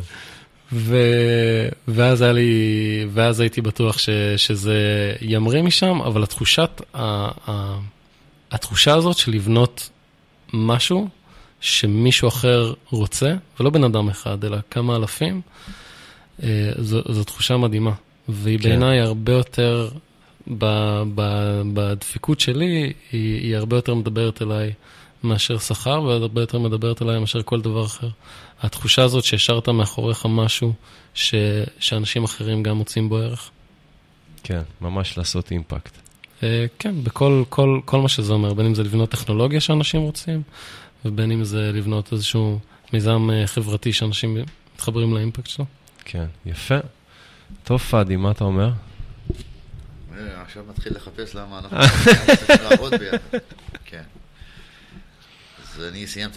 ואז הייתי בטוח שזה ימריא משם, אבל התחושה הזאת של לבנות משהו שמישהו אחר רוצה, ולא בן אדם אחד, אלא כמה אלפים, זו תחושה מדהימה. והיא בעיניי הרבה יותר, בדפיקות שלי, היא הרבה יותר מדברת אליי מאשר שכר, והרבה יותר מדברת אליי מאשר כל דבר אחר. התחושה הזאת שהשארת מאחוריך משהו שאנשים אחרים גם מוצאים בו ערך. כן, ממש לעשות אימפקט. כן, בכל מה שזה אומר, בין אם זה לבנות טכנולוגיה שאנשים רוצים, ובין אם זה לבנות איזשהו מיזם חברתי שאנשים מתחברים לאימפקט שלו. כן, יפה. טוב, פאדי, מה אתה אומר? עכשיו מתחיל לחפש למה אנחנו צריכים לעבוד ביחד. כן. אז אני סיימתי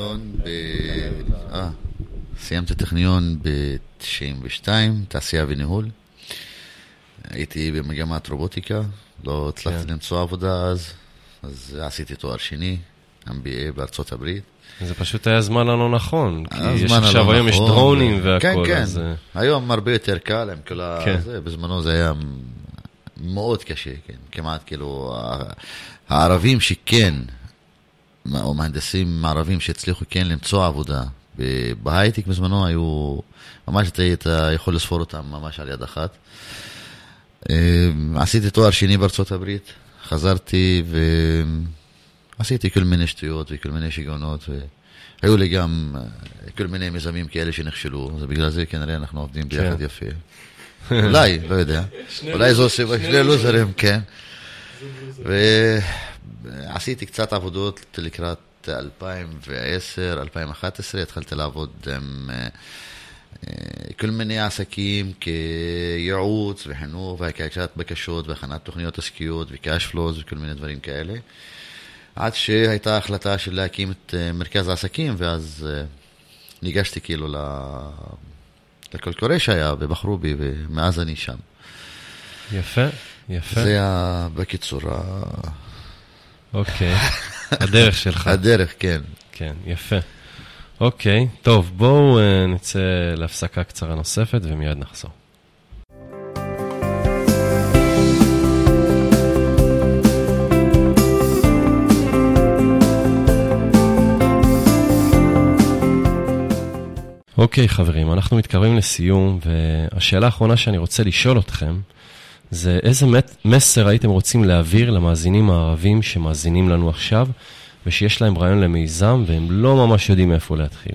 טכניון ב-92, תעשייה וניהול. הייתי במגמת רובוטיקה, לא הצלחתי למצוא עבודה אז עשיתי תואר שני, MBA בארצות הברית. זה פשוט היה זמן הלא נכון, כי יש עכשיו, היום יש דרונים והכל. כן, כן. היום הרבה יותר קל עם כל הזה, בזמנו זה היה מאוד קשה, כמעט כאילו, הערבים שכן, או מהנדסים ערבים שהצליחו כן למצוא עבודה, בהייטק בזמנו היו, ממש אתה יכול לספור אותם ממש על יד אחת. עשיתי תואר שני בארצות הברית, חזרתי ועשיתי כל מיני שטויות וכל מיני שיגעונות, והיו לי גם כל מיני מיזמים כאלה שנכשלו, אז בגלל זה כנראה אנחנו עובדים ביחד יפה. אולי, לא יודע. אולי זו סיבה, שני לוזרים, כן. ועשיתי קצת עבודות לקראת 2010, 2011, התחלתי לעבוד עם כל מיני עסקים כייעוץ וחינוך והגשת בקשות והכנת תוכניות עסקיות וקאש פלוז וכל מיני דברים כאלה. עד שהייתה החלטה של להקים את מרכז העסקים, ואז ניגשתי כאילו לכל קורא שהיה ובחרו בי, ומאז אני שם. יפה, יפה. זה היה בקיצור. אוקיי, הדרך שלך. הדרך, כן. כן, יפה. אוקיי, טוב, בואו נצא להפסקה קצרה נוספת ומיד נחזור. אוקיי, חברים, אנחנו מתקרבים לסיום, והשאלה האחרונה שאני רוצה לשאול אתכם, זה איזה מסר הייתם רוצים להעביר למאזינים הערבים שמאזינים לנו עכשיו, ושיש להם רעיון למיזם, והם לא ממש יודעים איפה להתחיל.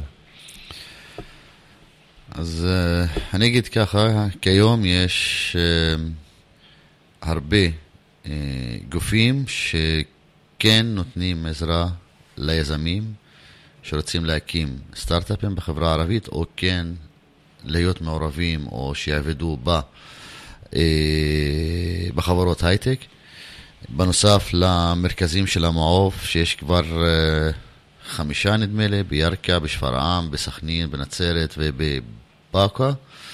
אז אני אגיד ככה, כיום יש הרבה גופים שכן נותנים עזרה ליזמים, שרוצים להקים סטארט-אפים בחברה הערבית, או כן להיות מעורבים, או שיעבדו בחברות הייטק. בנוסף למרכזים של המעוף, שיש כבר 5 נדמה לי, בירכא, בשפרעם, בסכנין, בנצרת ובבאקה,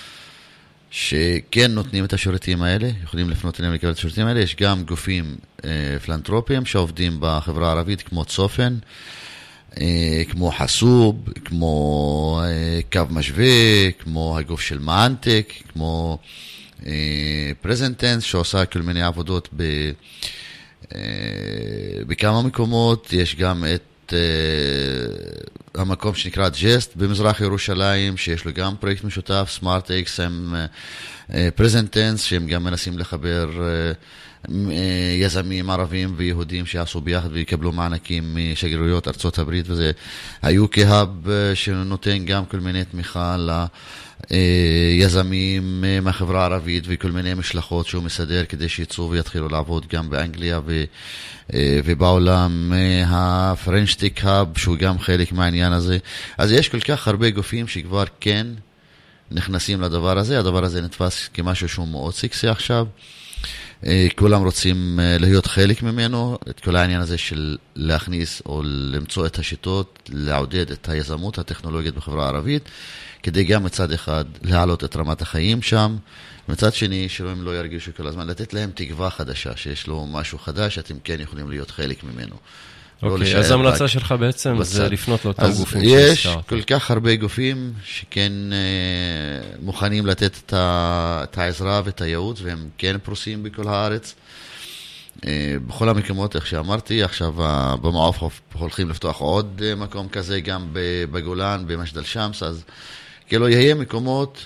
שכן נותנים את השירותים האלה, יכולים לפנות אליהם לקבל את השירותים האלה. יש גם גופים פילנתרופיים שעובדים בחברה הערבית, כמו צופן, כמו חסוב, כמו קו משווה, כמו הגוף של מענטק, כמו פרזנטנס, שעושה כל מיני עבודות בכמה מקומות. יש גם את המקום שנקרא ג'סט במזרח ירושלים, שיש לו גם פרויקט משותף, סמארט אקס עם פרזנטנס, שהם גם מנסים לחבר יזמים ערבים ויהודים שיעשו ביחד ויקבלו מענקים משגרירויות ארצות הברית, וזה היו כהב שנותן גם כל מיני תמיכה ליזמים מהחברה הערבית וכל מיני משלחות שהוא מסדר כדי שיצאו ויתחילו לעבוד גם באנגליה ובעולם הפרנצ'טיק האב שהוא גם חלק מהעניין הזה. אז יש כל כך הרבה גופים שכבר כן נכנסים לדבר הזה. הדבר הזה נתפס כמשהו שהוא מאוד סקסי עכשיו, כולם רוצים להיות חלק ממנו. את כל העניין הזה של להכניס או למצוא את השיטות, לעודד את היזמות הטכנולוגית בחברה הערבית, כדי גם מצד אחד להעלות את רמת החיים שם, מצד שני שהם לא ירגישו כל הזמן, לתת להם תקווה חדשה, שיש לו משהו חדש, אתם כן יכולים להיות חלק ממנו. אוקיי, אז ההמלצה שלך בעצם זה לפנות לאותם גופים. יש כל כך הרבה גופים שכן מוכנים לתת את העזרה ואת הייעוץ, והם כן פרוסים בכל הארץ. בכל המקומות, איך שאמרתי, עכשיו במעוף הולכים לפתוח עוד מקום כזה, גם בגולן, במג'דל שמס, אז כאילו יהיה מקומות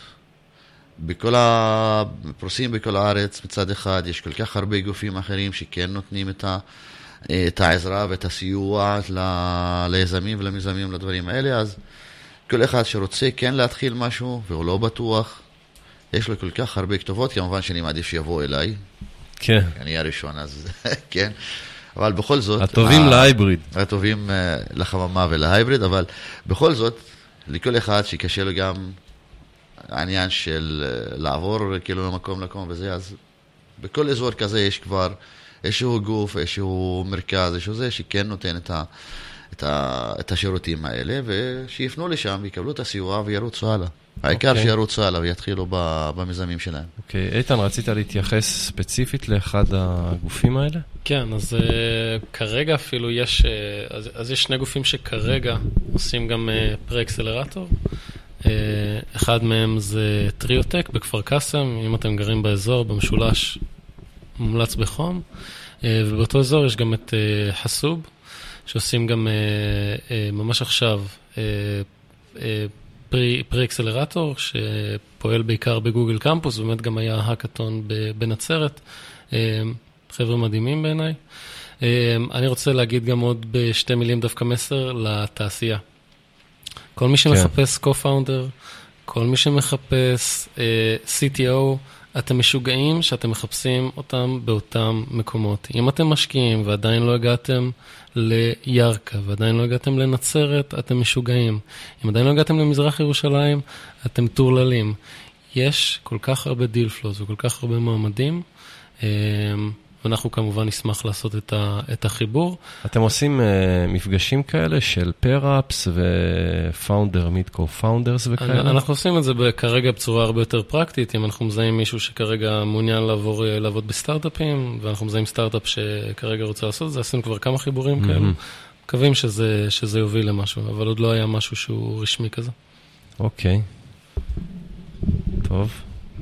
פרוסים בכל הארץ. מצד אחד יש כל כך הרבה גופים אחרים שכן נותנים את העזרה ואת הסיוע ליזמים ולמיזמים לדברים האלה. אז כל אחד שרוצה כן להתחיל משהו והוא לא בטוח, יש לו כל כך הרבה כתובות. כמובן שאני מעדיף שיבוא אליי, כן, אני הראשון, אז כן, אבל בכל זאת הטובים להייבריד, הטובים לחממה ולהייבריד, אבל בכל זאת לכל אחד שקשה לו גם העניין של לעבור כאילו למקום וזה, אז בכל אזור כזה יש כבר איזשהו גוף, איזשהו מרכז, איזשהו זה שכן נותן את השירותים האלה, ושיפנו לשם ויקבלו את הסיוע וירוצו הלאה. העיקר שירוצו הלאה ויתחילו במיזמים שלהם. אוקיי, איתן, רצית להתייחס ספציפית לאחד הגופים האלה? כן, אז כרגע אפילו יש 2 גופים שכרגע עושים גם פרה-אקסלרטור. אחד מהם זה טריוטק בכפר קאסם, אם אתם גרים באזור, במשולש, מומלץ בחום. ובאותו אזור יש גם את חסוב, שעושים גם ממש עכשיו פרי-אקסלרטור, שפועל בעיקר בגוגל קמפוס, באמת גם היה האקתון בנצרת, חבר'ה מדהימים בעיניי. אני רוצה להגיד גם עוד ב2 מילים דווקא מסר לתעשייה. כל מי שמחפש co-founder, כל מי שמחפש CTO, אתם משוגעים שאתם מחפשים אותם באותם מקומות. אם אתם משקיעים ועדיין לא הגעתם לירכא, ועדיין לא הגעתם לנצרת, אתם משוגעים. אם עדיין לא הגעתם למזרח ירושלים, אתם טורללים. יש כל כך הרבה דיל פלוס וכל כך הרבה מועמדים, ואנחנו כמובן נשמח לעשות את החיבור. אתם עושים מפגשים כאלה של פאר-אפס ופאונדר, מיד קו-פאונדרס וכאלה? אנחנו עושים את זה כרגע בצורה הרבה יותר פרקטית. אם אנחנו מזהים מישהו שכרגע מעוניין לעבוד בסטארט-אפים, ואנחנו מזהים סטארט-אפ שכרגע רוצה לעשות את זה, עשינו כבר כמה חיבורים כאלה. מקווים שזה יוביל למשהו, אבל עוד לא היה משהו שהוא רשמי כזה. אוקיי. טוב.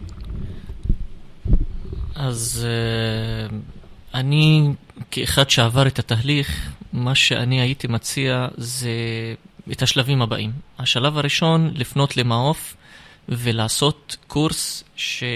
אז אני, כאחד שעבר את התהליך, מה שאני הייתי מציע זה את השלבים הבאים. השלב הראשון, לפנות למעוף ולעשות קורס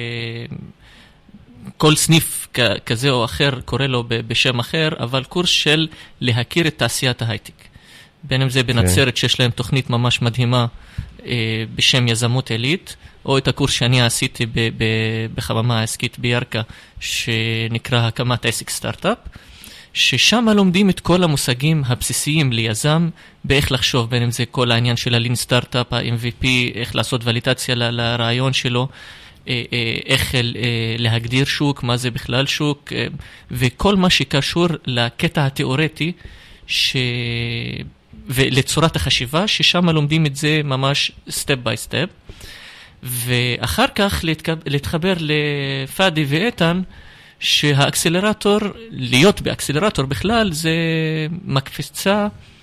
שכל סניף כזה או אחר קורא לו בשם אחר, אבל קורס של להכיר את תעשיית ההייטק. בין אם זה בנצרת שיש להם תוכנית ממש מדהימה בשם יזמות עילית, או את הקורס שאני עשיתי בחממה העסקית בירכא, שנקרא הקמת עסק סטארט-אפ, ששם לומדים את כל המושגים הבסיסיים ליזם, באיך לחשוב, בין אם זה כל העניין של הלין סטארט-אפ, ה-MVP, איך לעשות ולידציה לרעיון שלו, איך להגדיר שוק, מה זה בכלל שוק, וכל מה שקשור לקטע התיאורטי, ולצורת החשיבה, ששם לומדים את זה ממש סטפ ביי סטפ. ואחר כך להתחבר לפאדי ואיתן, שהאקסלרטור, להיות באקסלרטור בכלל, זה מקפיצה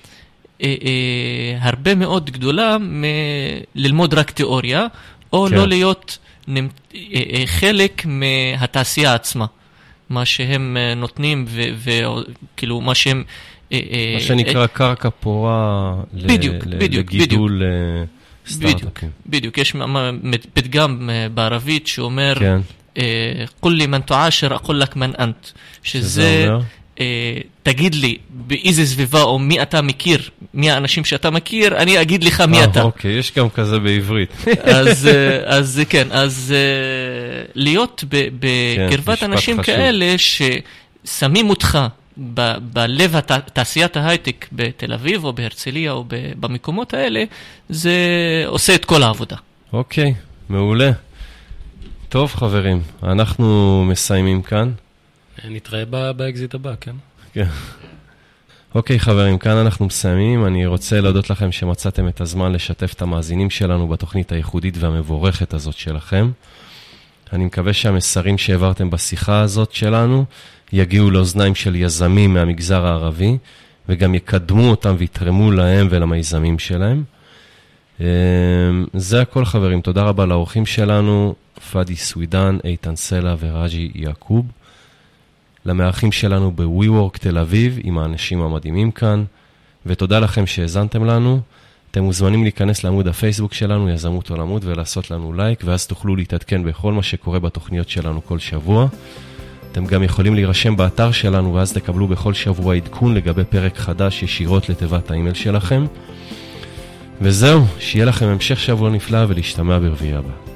הרבה מאוד גדולה ללמוד רק תיאוריה, או לא להיות חלק מהתעשייה עצמה. מה שהם נותנים וכאילו מה שהם... מה שנקרא קרקע פורה לגידול סטארט-אפים. בדיוק, יש פתגם בערבית שאומר قل לי من تعاشر أقول لك من أنت, שזה תגיד לי באיזה סביבה או מי אתה מכיר, מי האנשים שאתה מכיר, אני אגיד לך מי אתה. אוקיי, יש גם כזה בעברית. אז כן, אז להיות בקרבת אנשים כאלה ששמים אותך בלב תעשיית ההייטק בתל אביב או בהרצליה או במקומות האלה, זה עושה את כל העבודה. אוקיי, מעולה. טוב חברים, אנחנו מסיימים כאן. נתראה באקזיט הבא, כן? כן. אוקיי חברים, כאן אנחנו מסיימים. אני רוצה להודות לכם שמצאתם את הזמן לשתף את המאזינים שלנו בתוכנית הייחודית והמבורכת הזאת שלכם. אני מקווה שהמסרים שהעברתם בשיחה הזאת שלנו יגיעו לאוזניים של יזמים מהמגזר הערבי, וגם יקדמו אותם ויתרמו להם ולמיזמים שלהם. זה הכל חברים, תודה רבה לאורחים שלנו, פאדי סווידן, איתן סלע וראג'י יעקוב. למארחים שלנו ב-WeWork תל אביב, עם האנשים המדהימים כאן, ותודה לכם שהזנתם לנו. אתם מוזמנים להיכנס לעמוד הפייסבוק שלנו, יזמות עולמות, ולעשות לנו לייק, ואז תוכלו להתעדכן בכל מה שקורה בתוכניות שלנו כל שבוע. אתם גם יכולים להירשם באתר שלנו, ואז תקבלו בכל שבוע עדכון לגבי פרק חדש ישירות לתיבת האימייל שלכם. וזהו, שיהיה לכם המשך שבוע נפלא ולהשתמע ברביעי הבא.